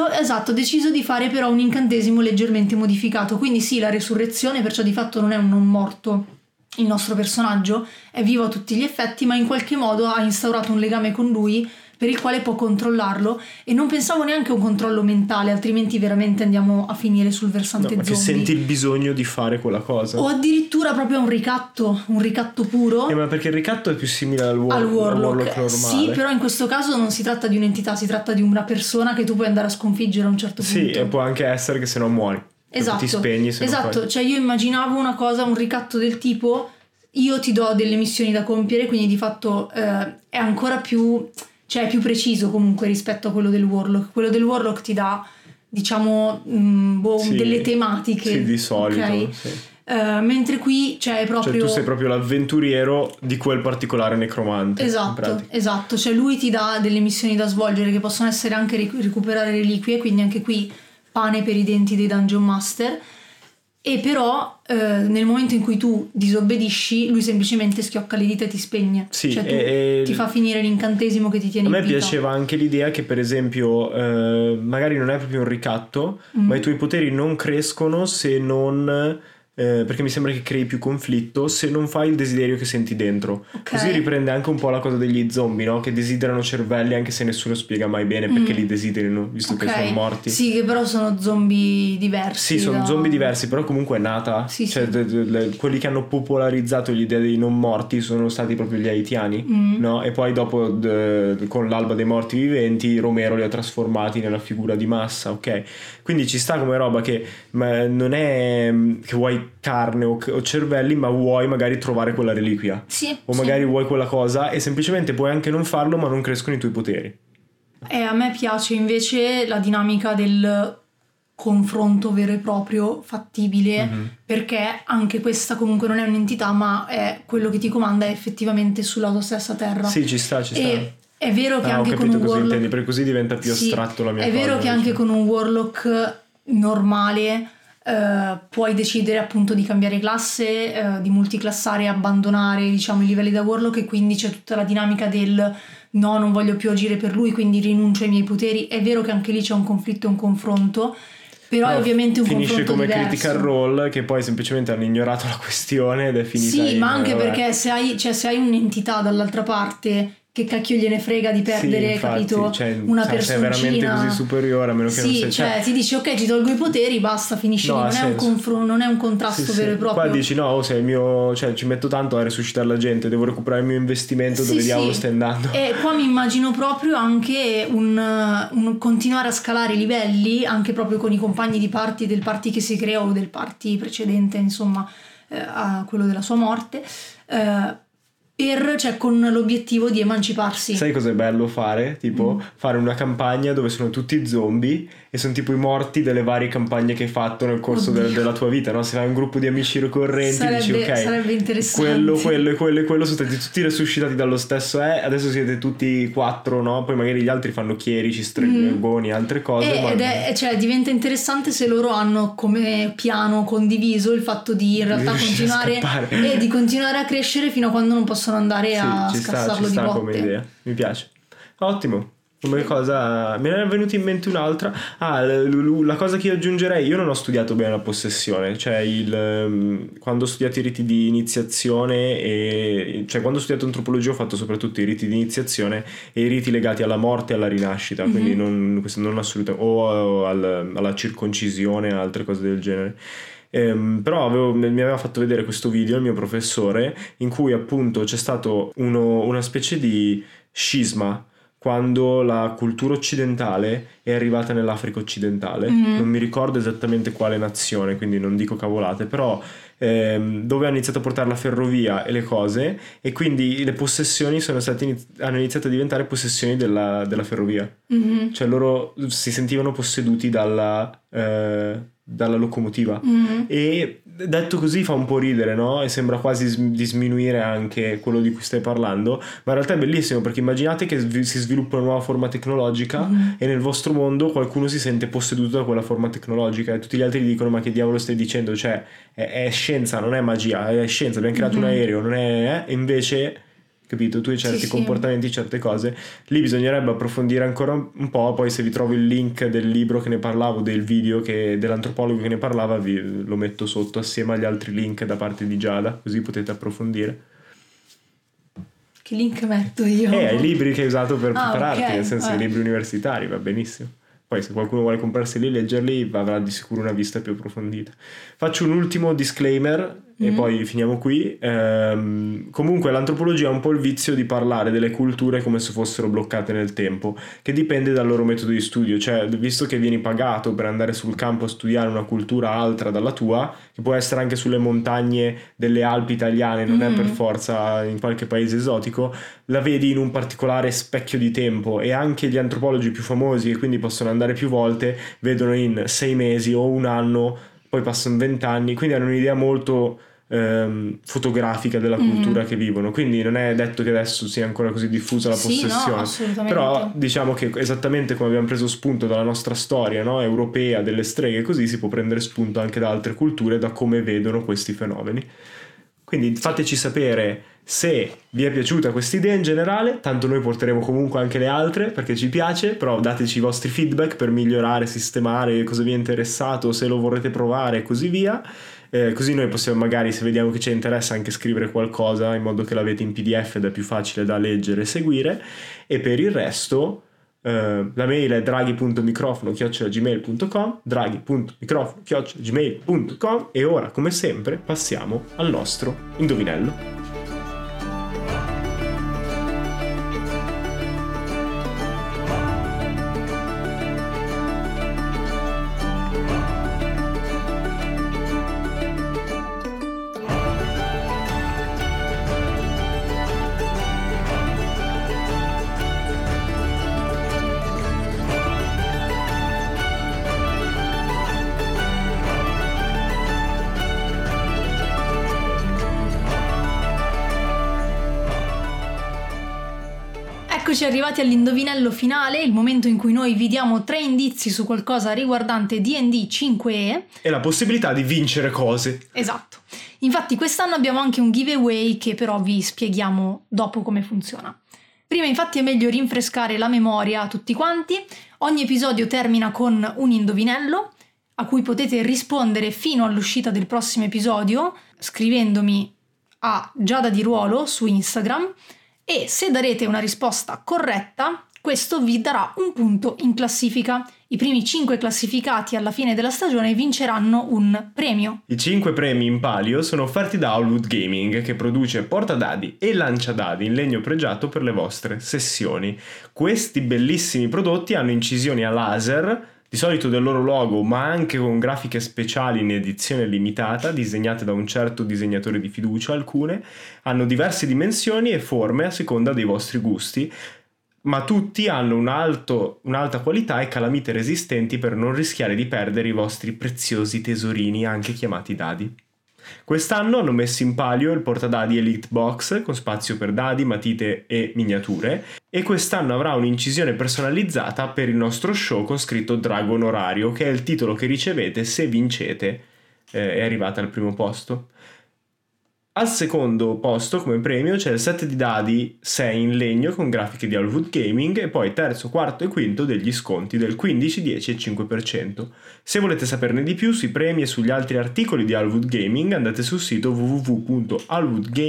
deciso di fare però un incantesimo leggermente modificato, quindi sì, la resurrezione, perciò di fatto non è un non morto il nostro personaggio, è vivo a tutti gli effetti, ma in qualche modo ha instaurato un legame con lui per il quale può controllarlo, e non pensavo neanche a un controllo mentale, altrimenti veramente andiamo a finire sul versante ma zombie. che senti il bisogno di fare quella cosa. O addirittura proprio un ricatto puro. Ma perché il ricatto è più simile al Warlock normale. Sì, però in questo caso non si tratta di un'entità, si tratta di una persona che tu puoi andare a sconfiggere a un certo punto. Sì, e può anche essere che se no muori. Esatto, ti spegni se non fai. Cioè io immaginavo una cosa, un ricatto del tipo: io ti do delle missioni da compiere, quindi di fatto è ancora più, cioè è più preciso comunque rispetto a quello del Warlock. Quello del Warlock ti dà, diciamo, delle tematiche. Sì, di solito. Okay? Sì. Mentre qui cioè, è proprio... Cioè tu sei proprio l'avventuriero di quel particolare necromante. Esatto, cioè lui ti dà delle missioni da svolgere che possono essere anche recuperare reliquie, quindi anche qui pane per i denti dei Dungeon Master. E però nel momento in cui tu disobbedisci, lui semplicemente schiocca le dita e ti spegne. Sì, cioè ti fa finire l'incantesimo che ti tiene in vita. A me piaceva anche l'idea che per esempio magari non è proprio un ricatto, ma i tuoi poteri non crescono se non... perché mi sembra che crei più conflitto se non fai il desiderio che senti dentro. Così riprende anche un po' la cosa degli zombie, no? Che desiderano cervelli anche se nessuno spiega mai bene perché li desiderino, visto che sono morti. Sì, che però sono zombie diversi. Sì, sono zombie diversi, però comunque è nata. Cioè, quelli che hanno popolarizzato l'idea dei non morti sono stati proprio gli haitiani, no? E poi dopo con l'alba dei morti viventi Romero li ha trasformati nella figura di massa, ok? Quindi ci sta come roba che non è che vuoi carne o cervelli, ma vuoi magari trovare quella reliquia, o magari vuoi quella cosa e semplicemente puoi anche non farlo, ma non crescono i tuoi poteri. A me piace invece la dinamica del confronto vero e proprio fattibile, perché anche questa comunque non è un'entità, ma è quello che ti comanda è effettivamente sulla tua stessa terra. Sì, ci sta. È vero che anche con un cosa Warlock intendi, perché così diventa più astratto la mia cosa. È vero che anche con un Warlock normale puoi decidere appunto di cambiare classe, di multiclassare e abbandonare, diciamo, i livelli da Warlock, e quindi c'è tutta la dinamica del no, non voglio più agire per lui, quindi rinuncio ai miei poteri. È vero che anche lì c'è un conflitto e un confronto, però è ovviamente un finisce confronto come diverso. Critical Role, che poi semplicemente hanno ignorato la questione ed è finita. Sì, ma anche perché se hai un'entità dall'altra parte, che cacchio gliene frega di perdere, infatti, capito? Cioè, una personcina. Sei veramente così superiore, a meno che non sei... cioè ti dici ok, ti tolgo i poteri, basta, finisce lì. Non è un contrasto vero e proprio. Qua dici no, se il mio, cioè ci metto tanto a resuscitare la gente, devo recuperare il mio investimento, dove diavolo stai andando? E qua mi immagino proprio anche un continuare a scalare i livelli, anche proprio con i compagni di party, del party che si crea o del party precedente, insomma, a quello della sua morte, cioè con l'obiettivo di emanciparsi. Sai cos'è bello fare? Tipo fare una campagna dove sono tutti zombie e sono tipo i morti delle varie campagne che hai fatto nel corso della tua vita, no? Se hai un gruppo di amici ricorrenti, dici ok, sarebbe interessante. quello sono stati tutti resuscitati dallo stesso adesso siete tutti 4, no? Poi magari gli altri fanno chierici, stregoni, altre cose. Cioè diventa interessante se loro hanno come piano condiviso il fatto di in realtà continuare a crescere fino a quando non possono andare a scassarlo di botte. Come idea, mi piace. Ottimo. Come cosa me ne è venuta in mente un'altra. La cosa che io aggiungerei, io non ho studiato bene la possessione, cioè quando ho studiato i riti di iniziazione cioè quando ho studiato antropologia ho fatto soprattutto i riti di iniziazione e i riti legati alla morte e alla rinascita, quindi questo non assolutamente, o alla circoncisione, altre cose del genere. Però mi aveva fatto vedere questo video il mio professore in cui appunto c'è stato una specie di scisma quando la cultura occidentale è arrivata nell'Africa occidentale. Non mi ricordo esattamente quale nazione, quindi non dico cavolate, però dove hanno iniziato a portare la ferrovia e le cose, e quindi le possessioni hanno iniziato a diventare possessioni della ferrovia. Cioè loro si sentivano posseduti dalla locomotiva. E detto così fa un po' ridere, no? E sembra quasi di sminuire anche quello di cui stai parlando, ma in realtà è bellissimo, perché immaginate che si sviluppa una nuova forma tecnologica e nel vostro mondo qualcuno si sente posseduto da quella forma tecnologica e tutti gli altri gli dicono: ma che diavolo stai dicendo? Cioè è scienza, non è magia, è scienza, abbiamo creato un aereo, non è... E invece... capito? Tu hai certi comportamenti, certe cose. Lì bisognerebbe approfondire ancora un po'. Poi se vi trovo il link del libro che ne parlavo, del video dell'antropologo che ne parlava, vi lo metto sotto assieme agli altri link da parte di Giada, così potete approfondire. Che link metto io? I libri che hai usato per prepararti, okay. nel senso i libri universitari, va benissimo. Poi se qualcuno vuole comprarseli e leggerli avrà di sicuro una vista più approfondita. Faccio un ultimo disclaimer e poi finiamo qui. Comunque l'antropologia ha un po' il vizio di parlare delle culture come se fossero bloccate nel tempo, che dipende dal loro metodo di studio. Cioè, visto che vieni pagato per andare sul campo a studiare una cultura altra dalla tua, che può essere anche sulle montagne delle Alpi italiane, non è per forza in qualche paese esotico, la vedi in un particolare specchio di tempo, e anche gli antropologi più famosi, che quindi possono andare più volte, vedono in 6 mesi o un anno, poi passano 20 anni, quindi hanno un'idea molto fotografica della cultura che vivono. Quindi non è detto che adesso sia ancora così diffusa la possessione, no, assolutamente. però diciamo che esattamente come abbiamo preso spunto dalla nostra storia, no, europea, delle streghe, così si può prendere spunto anche da altre culture, da come vedono questi fenomeni. Quindi fateci sapere se vi è piaciuta questa idea in generale, tanto noi porteremo comunque anche le altre perché ci piace, però dateci i vostri feedback per migliorare, sistemare, cosa vi è interessato, se lo vorrete provare e così via. Così noi possiamo magari, se vediamo che ci interessa, anche scrivere qualcosa in modo che l'avete in PDF ed è più facile da leggere e seguire. E per il resto la mail è draghi.microfono@gmail.com, draghi.microfono@gmail.com. e ora, come sempre, passiamo al nostro indovinello. Eccoci arrivati all'indovinello finale, il momento in cui noi vi diamo 3 indizi su qualcosa riguardante D&D 5e. E la possibilità di vincere cose. Esatto. Infatti quest'anno abbiamo anche un giveaway che però vi spieghiamo dopo come funziona. Prima infatti è meglio rinfrescare la memoria a tutti quanti. Ogni episodio termina con un indovinello a cui potete rispondere fino all'uscita del prossimo episodio scrivendomi a Giada di Ruolo su Instagram. E se darete una risposta corretta, questo vi darà un punto in classifica. I primi 5 classificati alla fine della stagione vinceranno un premio. I 5 premi in palio sono offerti da Owlwood Gaming, che produce portadadi e lanciadadi in legno pregiato per le vostre sessioni. Questi bellissimi prodotti hanno incisioni a laser, di solito del loro logo, ma anche con grafiche speciali in edizione limitata, disegnate da un certo disegnatore di fiducia. Alcune hanno diverse dimensioni e forme a seconda dei vostri gusti, ma tutti hanno un'alta qualità e calamite resistenti per non rischiare di perdere i vostri preziosi tesorini, anche chiamati dadi. Quest'anno hanno messo in palio il portadadi Elite Box con spazio per dadi, matite e miniature, e quest'anno avrà un'incisione personalizzata per il nostro show con scritto Drago Onorario, che è il titolo che ricevete se vincete e arrivate al primo posto. Al secondo posto come premio c'è il set di dadi 6 in legno con grafiche di Owlwood Gaming, e poi terzo, quarto e quinto degli sconti del 15, 10 e 5%. Se volete saperne di più sui premi e sugli altri articoli di Owlwood Gaming, andate sul sito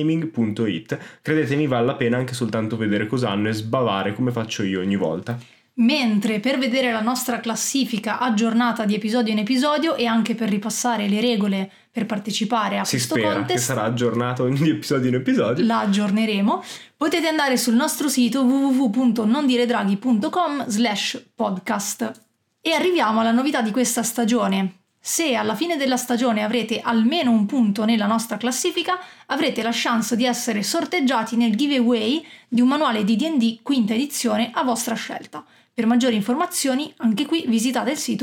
www.owlwoodgaming.it. Credetemi, vale la pena anche soltanto vedere cosa hanno e sbavare come faccio io ogni volta. Mentre per vedere la nostra classifica aggiornata di episodio in episodio e anche per ripassare le regole per partecipare a questo contest, che sarà aggiornato ogni episodio in episodio, la aggiorneremo, potete andare sul nostro sito www.nondiredraghi.com/podcast. E arriviamo alla novità di questa stagione. Se alla fine della stagione avrete almeno un punto nella nostra classifica, avrete la chance di essere sorteggiati nel giveaway di un manuale di D&D quinta edizione a vostra scelta. Per maggiori informazioni, anche qui visitate il sito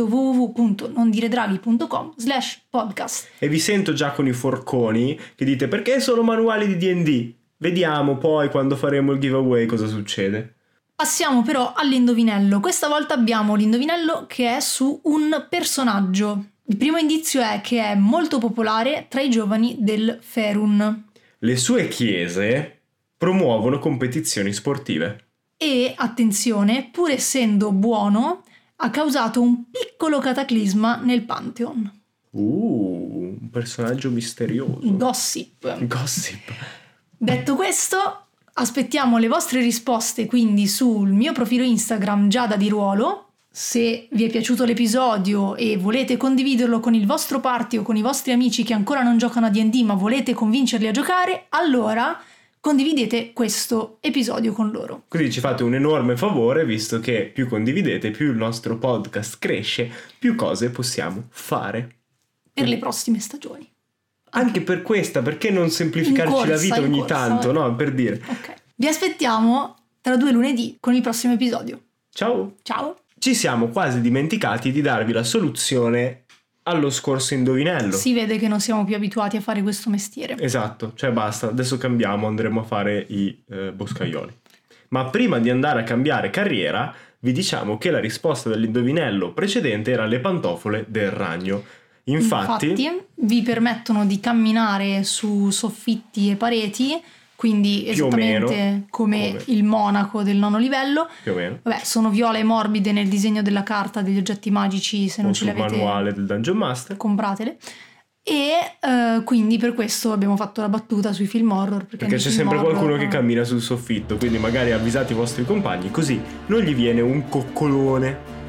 www.nondiredraghi.com/podcast. E vi sento già con i forconi che dite: perché solo manuali di D&D? Vediamo poi quando faremo il giveaway cosa succede. Passiamo però all'indovinello. Questa volta abbiamo l'indovinello che è su un personaggio. Il primo indizio è che è molto popolare tra i giovani del Faerun. Le sue chiese promuovono competizioni sportive. E, attenzione, pur essendo buono, ha causato un piccolo cataclisma nel Pantheon. Un personaggio misterioso. Gossip. Detto questo, aspettiamo le vostre risposte quindi sul mio profilo Instagram Giada di Ruolo. Se vi è piaciuto l'episodio e volete condividerlo con il vostro party o con i vostri amici che ancora non giocano a D&D ma volete convincerli a giocare, allora condividete questo episodio con loro. Così ci fate un enorme favore, visto che più condividete, più il nostro podcast cresce, più cose possiamo fare. Per le prossime stagioni. Anche per questa, perché non semplificarci la vita ogni tanto, no? Per dire. Ok. Vi aspettiamo tra 2 lunedì con il prossimo episodio. Ciao! Ciao! Ci siamo quasi dimenticati di darvi la soluzione allo scorso indovinello. Si vede che non siamo più abituati a fare questo mestiere. Esatto, cioè basta, adesso cambiamo, andremo a fare i boscaioli. Ma prima di andare a cambiare carriera, vi diciamo che la risposta dell'indovinello precedente era le pantofole del ragno. Infatti vi permettono di camminare su soffitti e pareti, quindi esattamente come il monaco del 9° livello. Più o meno. Vabbè, sono viole morbide nel disegno della carta degli oggetti magici, se non ce li avete. sul manuale del Dungeon Master. Compratele. E quindi per questo abbiamo fatto la battuta sui film horror. Perché c'è sempre qualcuno che cammina sul soffitto, quindi magari avvisate i vostri compagni, così non gli viene un coccolone.